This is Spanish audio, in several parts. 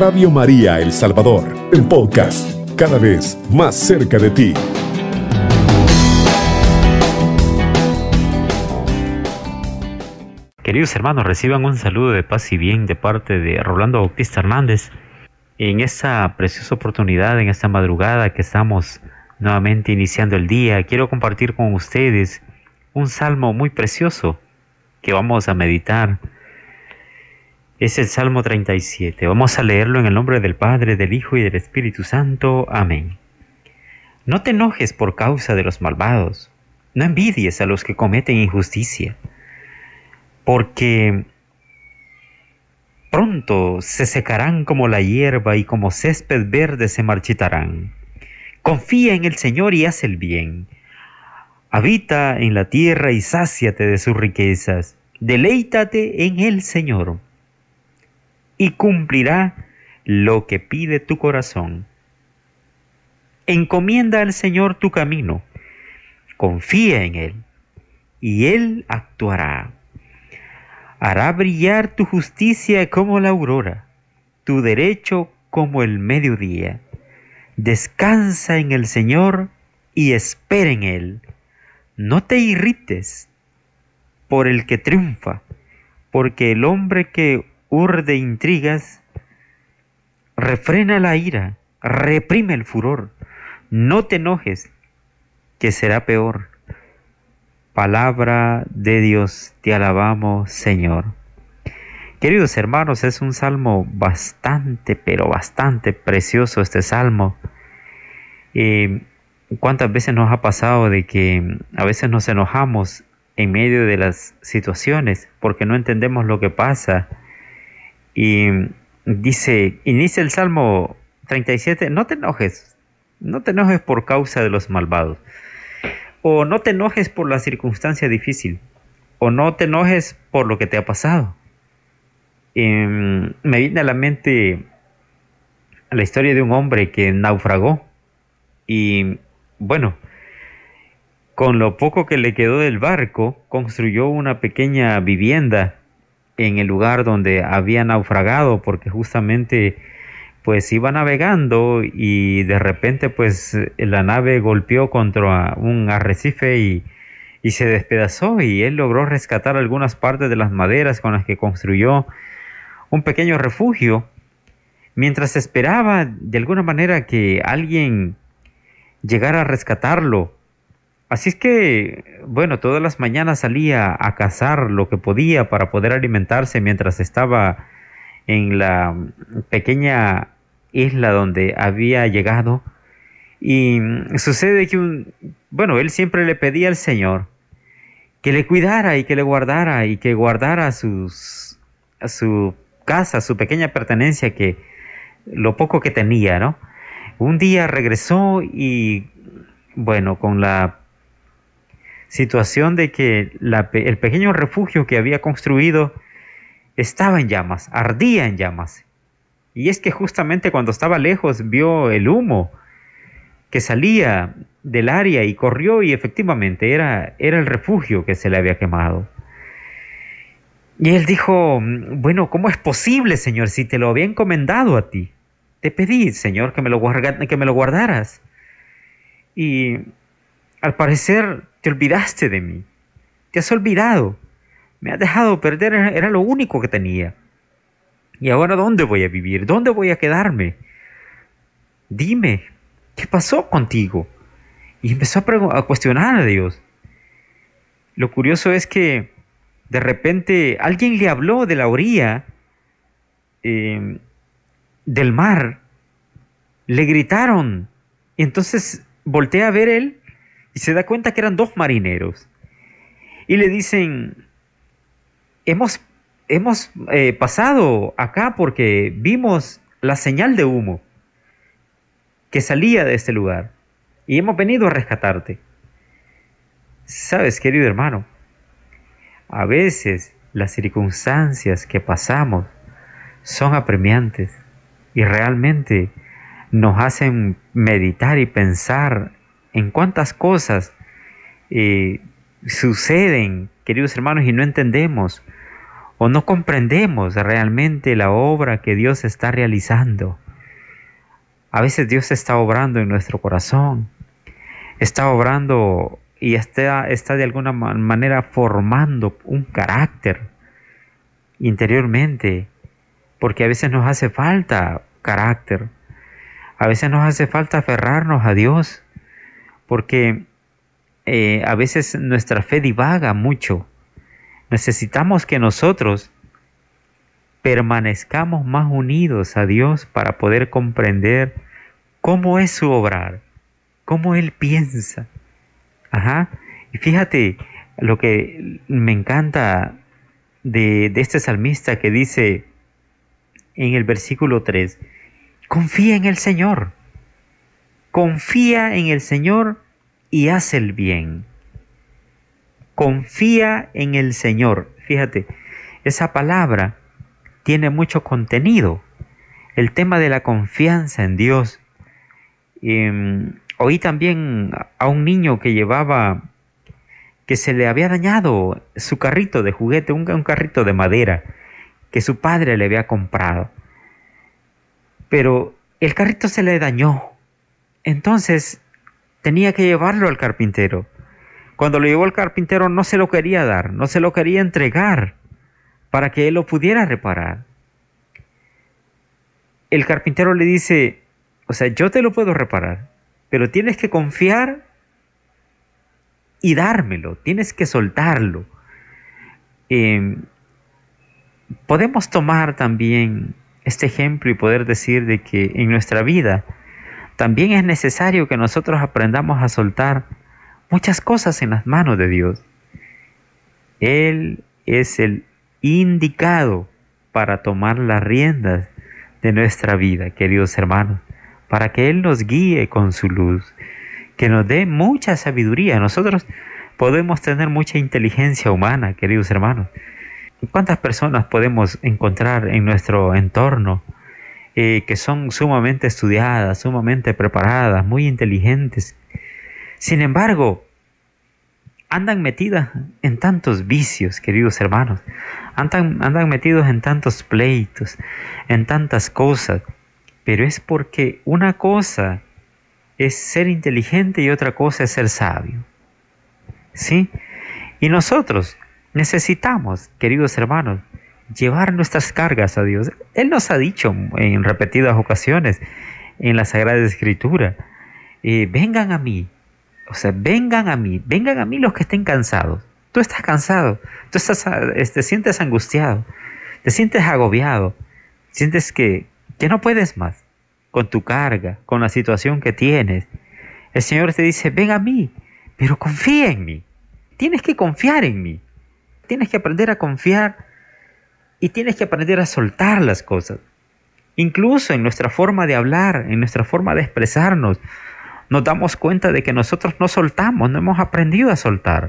Radio María El Salvador, el podcast, cada vez más cerca de ti. Queridos hermanos, reciban un saludo de paz y bien de parte de Rolando Bautista Hernández. En esta preciosa oportunidad, en esta madrugada que estamos nuevamente iniciando el día, quiero compartir con ustedes un salmo muy precioso que vamos a meditar. Es el Salmo 37. Vamos a leerlo en el nombre del Padre, del Hijo y del Espíritu Santo. Amén. No te enojes por causa de los malvados, no envidies a los que cometen injusticia, porque pronto se secarán como la hierba y como césped verde se marchitarán. Confía en el Señor y haz el bien. Habita en la tierra y sáciate de sus riquezas. Deleítate en el Señor y cumplirá lo que pide tu corazón. Encomienda al Señor tu camino. Confía en Él y Él actuará. Hará brillar tu justicia como la aurora, tu derecho como el mediodía. Descansa en el Señor y espera en Él. No te irrites por el que triunfa, porque el hombre que urde intrigas refrena la ira, reprime el furor. No te enojes, que será peor. Palabra de Dios, te alabamos, Señor. Queridos hermanos, es un salmo bastante, pero bastante precioso este salmo. ¿Cuántas veces nos ha pasado de que a veces nos enojamos en medio de las situaciones porque no entendemos lo que pasa? Y inicia el Salmo 37, no te enojes por causa de los malvados, o no te enojes por la circunstancia difícil, o no te enojes por lo que te ha pasado. Me viene a la mente la historia de un hombre que naufragó y, bueno, con lo poco que le quedó del barco, construyó una pequeña vivienda en el lugar donde había naufragado, porque justamente pues iba navegando y de repente pues la nave golpeó contra un arrecife y se despedazó, y él logró rescatar algunas partes de las maderas con las que construyó un pequeño refugio, mientras esperaba de alguna manera que alguien llegara a rescatarlo. Así es que, bueno, todas las mañanas salía a cazar lo que podía para poder alimentarse mientras estaba en la pequeña isla donde había llegado. Y sucede que él siempre le pedía al Señor que le cuidara y que le guardara y que guardara a su casa, su pequeña pertenencia, que lo poco que tenía, ¿no? Un día regresó y, bueno, con la situación de que el pequeño refugio que había construido estaba en llamas, ardía en llamas. Y es que justamente cuando estaba lejos vio el humo que salía del área y corrió, y efectivamente era el refugio que se le había quemado. Y él dijo: bueno, ¿cómo es posible, Señor, si te lo había encomendado a ti? Te pedí, Señor, que me lo guardaras. Y al parecer te olvidaste de mí. Te has olvidado. Me has dejado perder, era lo único que tenía. ¿Y ahora dónde voy a vivir? ¿Dónde voy a quedarme? Dime, ¿qué pasó contigo? Y empezó a cuestionar a Dios. Lo curioso es que de repente alguien le habló de la orilla del mar. Le gritaron. Y entonces voltea a ver él y se da cuenta que eran dos marineros. Y le dicen: hemos pasado acá porque vimos la señal de humo que salía de este lugar y hemos venido a rescatarte. Sabes, querido hermano, a veces las circunstancias que pasamos son apremiantes y realmente nos hacen meditar y pensar en cuántas cosas suceden, queridos hermanos, y no entendemos. o no comprendemos realmente la obra que Dios está realizando. A veces Dios está obrando en nuestro corazón, está obrando y está de alguna manera formando un carácter interiormente, porque a veces nos hace falta carácter, a veces nos hace falta aferrarnos a Dios, porque a veces nuestra fe divaga mucho. Necesitamos que nosotros permanezcamos más unidos a Dios para poder comprender cómo es su obrar, cómo Él piensa. Ajá. Y fíjate lo que me encanta de este salmista que dice en el versículo 3, confía en el Señor, confía en el Señor y haz el bien. Confía en el Señor. Fíjate, esa palabra tiene mucho contenido. El tema de la confianza en Dios. Oí también a un niño que se le había dañado su carrito de juguete, un carrito de madera que su padre le había comprado. Pero el carrito se le dañó. Entonces tenía que llevarlo al carpintero. Cuando lo llevó al carpintero no se lo quería dar, no se lo quería entregar para que él lo pudiera reparar. El carpintero le dice, o sea, yo te lo puedo reparar, pero tienes que confiar y dármelo, tienes que soltarlo. Podemos tomar también este ejemplo y poder decir de que en nuestra vida también es necesario que nosotros aprendamos a soltar muchas cosas en las manos de Dios. Él es el indicado para tomar las riendas de nuestra vida, queridos hermanos, para que Él nos guíe con su luz, que nos dé mucha sabiduría. Nosotros podemos tener mucha inteligencia humana, queridos hermanos. ¿Cuántas personas podemos encontrar en nuestro entorno que son sumamente estudiadas, sumamente preparadas, muy inteligentes? Sin embargo, andan metidas en tantos vicios, queridos hermanos. Andan metidos en tantos pleitos, en tantas cosas. Pero es porque una cosa es ser inteligente y otra cosa es ser sabio. ¿Sí? Y nosotros necesitamos, queridos hermanos, llevar nuestras cargas a Dios. Él nos ha dicho en repetidas ocasiones en la Sagrada Escritura, vengan a mí. O sea, vengan a mí los que estén cansados. Tú estás cansado, te sientes angustiado, te sientes agobiado, sientes que no puedes más con tu carga, con la situación que tienes. El Señor te dice, ven a mí, pero confía en mí. Tienes que confiar en mí. Tienes que aprender a confiar y tienes que aprender a soltar las cosas. Incluso en nuestra forma de hablar, en nuestra forma de expresarnos, nos damos cuenta de que nosotros no soltamos, no hemos aprendido a soltar.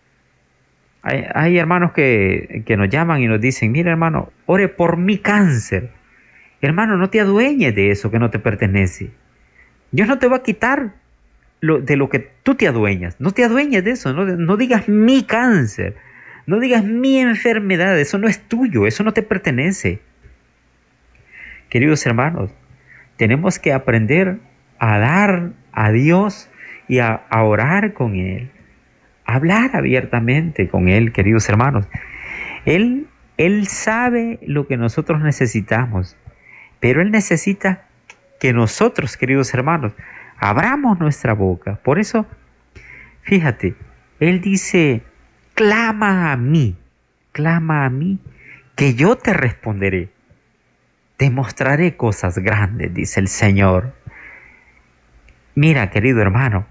Hay hermanos que nos llaman y nos dicen, mira hermano, ore por mi cáncer. Hermano, no te adueñes de eso que no te pertenece. Dios no te va a quitar de lo que tú te adueñas. No te adueñes de eso, no digas mi cáncer, no digas mi enfermedad, eso no es tuyo, eso no te pertenece. Queridos hermanos, tenemos que aprender a dar a Dios y a orar con Él, hablar abiertamente con Él, queridos hermanos. Él sabe lo que nosotros necesitamos, pero Él necesita que nosotros, queridos hermanos, abramos nuestra boca. Por eso, fíjate, Él dice, clama a mí, que yo te responderé. Te mostraré cosas grandes, dice el Señor. Mira, querido hermano,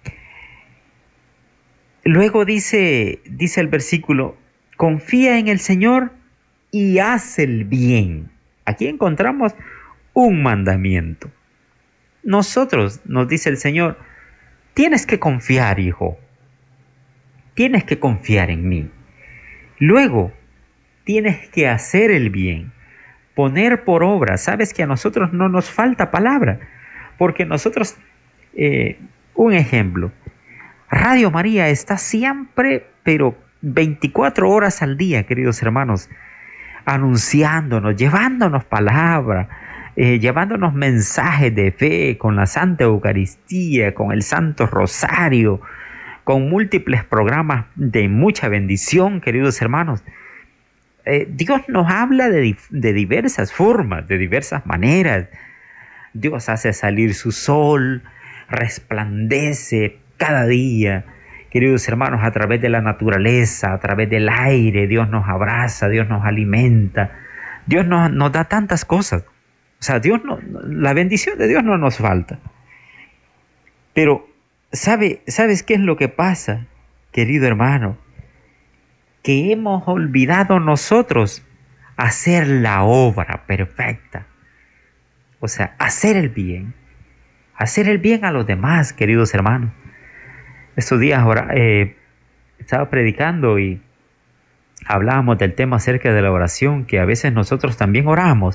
luego dice el versículo, confía en el Señor y haz el bien. Aquí encontramos un mandamiento. Nosotros, nos dice el Señor, tienes que confiar, hijo. Tienes que confiar en mí. Luego, tienes que hacer el bien, poner por obra. Sabes que a nosotros no nos falta palabra, porque nosotros, un ejemplo, Radio María está siempre, pero 24 horas al día, queridos hermanos, anunciándonos, llevándonos palabra, llevándonos mensajes de fe con la Santa Eucaristía, con el Santo Rosario, con múltiples programas de mucha bendición, queridos hermanos. Dios nos habla de diversas formas, de diversas maneras. Dios hace salir su sol, resplandece cada día, queridos hermanos, a través de la naturaleza, a través del aire. Dios nos abraza, Dios nos alimenta, Dios nos da tantas cosas. O sea, la bendición de Dios no nos falta. Pero, ¿sabes qué es lo que pasa, querido hermano? Que hemos olvidado nosotros hacer la obra perfecta. O sea, hacer el bien a los demás, queridos hermanos. Estos días ahora estaba predicando y hablábamos del tema acerca de la oración, que a veces nosotros también oramos.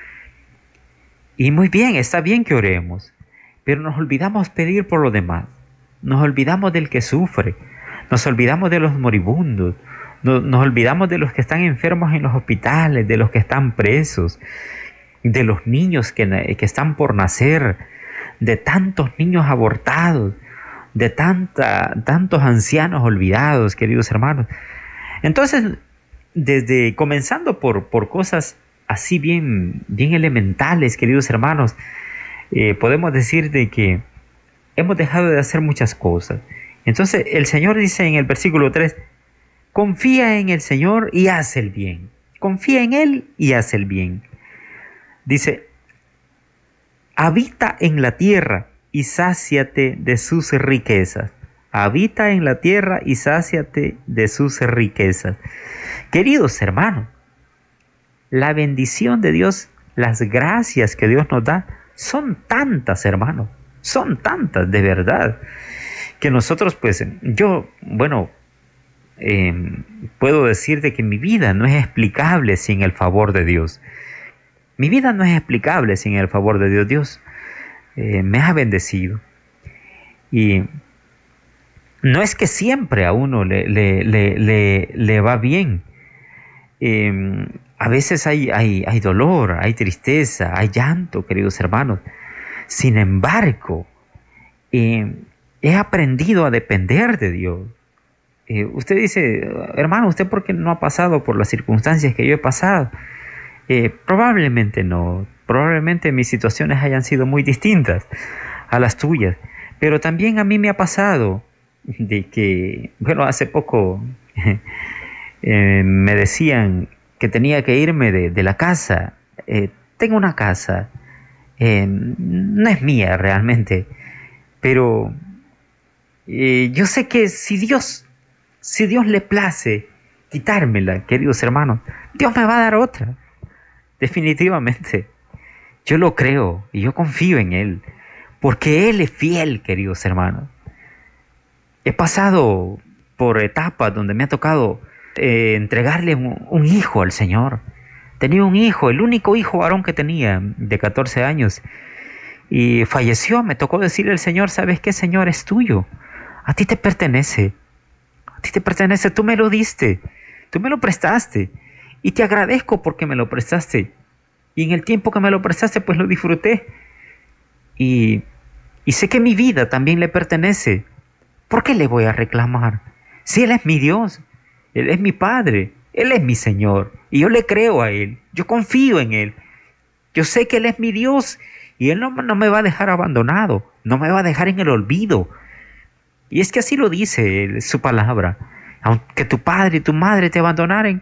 Y muy bien, está bien que oremos, pero nos olvidamos pedir por los demás. Nos olvidamos del que sufre, nos olvidamos de los moribundos, nos olvidamos de los que están enfermos en los hospitales, de los que están presos, de los niños que están por nacer, de tantos niños abortados, de tantos ancianos olvidados, queridos hermanos. Entonces, comenzando por cosas así bien elementales, queridos hermanos, podemos decir de que hemos dejado de hacer muchas cosas. Entonces, el Señor dice en el versículo 3, confía en el Señor y haz el bien. Confía en Él y haz el bien. Dice, habita en la tierra y sáciate de sus riquezas. Habita en la tierra y sáciate de sus riquezas. Queridos hermanos, la bendición de Dios, las gracias que Dios nos da, son tantas, hermanos. Son tantas, de verdad, que nosotros, puedo decirte que mi vida no es explicable sin el favor de Dios. Mi vida no es explicable sin el favor de Dios. Dios me ha bendecido. Y no es que siempre a uno le va bien. A veces hay dolor, hay tristeza, hay llanto, queridos hermanos. Sin embargo, he aprendido a depender de Dios. Usted dice, hermano, ¿usted por qué no ha pasado por las circunstancias que yo he pasado? Probablemente no. Probablemente mis situaciones hayan sido muy distintas a las tuyas. Pero también a mí me ha pasado de que, hace poco me decían que tenía que irme de la casa. Tengo una casa. No es mía realmente. Pero yo sé que si Dios le place quitármela, queridos hermanos, Dios me va a dar otra. Definitivamente. Yo lo creo y yo confío en Él. Porque Él es fiel, queridos hermanos. He pasado por etapas donde me ha tocado entregarle un hijo al Señor. Tenía un hijo, el único hijo varón que tenía, de 14 años. Y falleció. Me tocó decirle al Señor, ¿sabes qué, Señor? Es tuyo. A ti te pertenece. A ti te pertenece. Tú me lo diste. Tú me lo prestaste. Y te agradezco porque me lo prestaste. Y en el tiempo que me lo prestaste, pues lo disfruté. Y sé que mi vida también le pertenece. ¿Por qué le voy a reclamar? Si Él es mi Dios, Él es mi Padre, Él es mi Señor. Y yo le creo a Él. Yo confío en Él. Yo sé que Él es mi Dios. Y Él no me va a dejar abandonado. No me va a dejar en el olvido. Y es que así lo dice su palabra. Aunque tu padre y tu madre te abandonaren,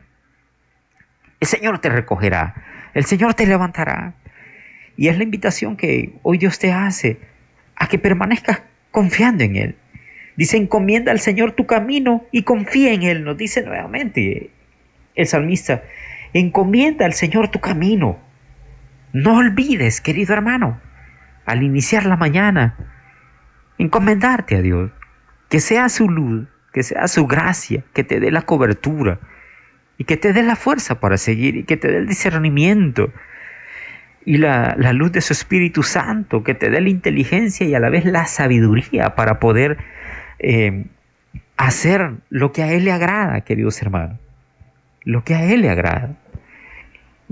el Señor te recogerá. El Señor te levantará. Y es la invitación que hoy Dios te hace a que permanezcas confiando en Él. Dice, encomienda al Señor tu camino y confía en Él. Nos dice nuevamente el salmista, encomienda al Señor tu camino. No olvides, querido hermano, al iniciar la mañana, encomendarte a Dios. Que sea su luz, que sea su gracia, que te dé la cobertura y que te dé la fuerza para seguir y que te dé el discernimiento y la luz de su Espíritu Santo, que te dé la inteligencia y a la vez la sabiduría para poder hacer lo que a Él le agrada, queridos hermanos. Lo que a Él le agrada.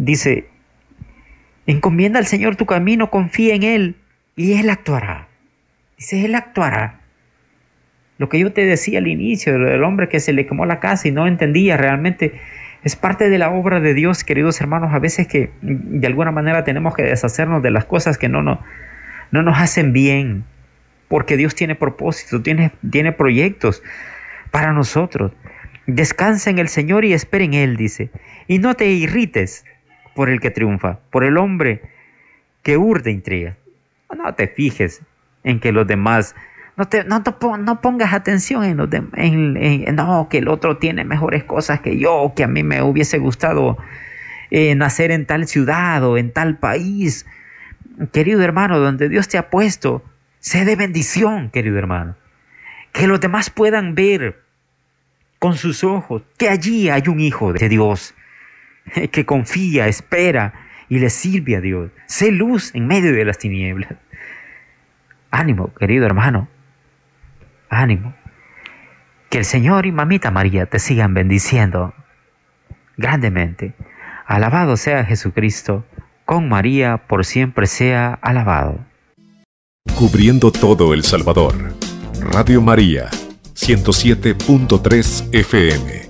Dice, encomienda al Señor tu camino, confía en Él y Él actuará. Dice, Él actuará. Lo que yo te decía al inicio, del hombre que se le quemó la casa y no entendía realmente, es parte de la obra de Dios, queridos hermanos. A veces que de alguna manera tenemos que deshacernos de las cosas que no nos hacen bien, porque Dios tiene propósitos, tiene proyectos para nosotros. Descansa en el Señor y espera en Él, dice. Y no te irrites por el que triunfa, por el hombre que urde intriga. No te fijes en que los demás, no pongas atención en los demás, no, que el otro tiene mejores cosas que yo, que a mí me hubiese gustado nacer en tal ciudad o en tal país. Querido hermano, donde Dios te ha puesto, sé de bendición, querido hermano. Que los demás puedan ver con sus ojos que allí hay un hijo de Dios que confía, espera y le sirve a Dios. Sé luz en medio de las tinieblas. Ánimo, querido hermano. Ánimo. Que el Señor y Mamita María te sigan bendiciendo grandemente. Alabado sea Jesucristo. Con María por siempre sea alabado. Cubriendo todo El Salvador. Radio María, 107.3 FM.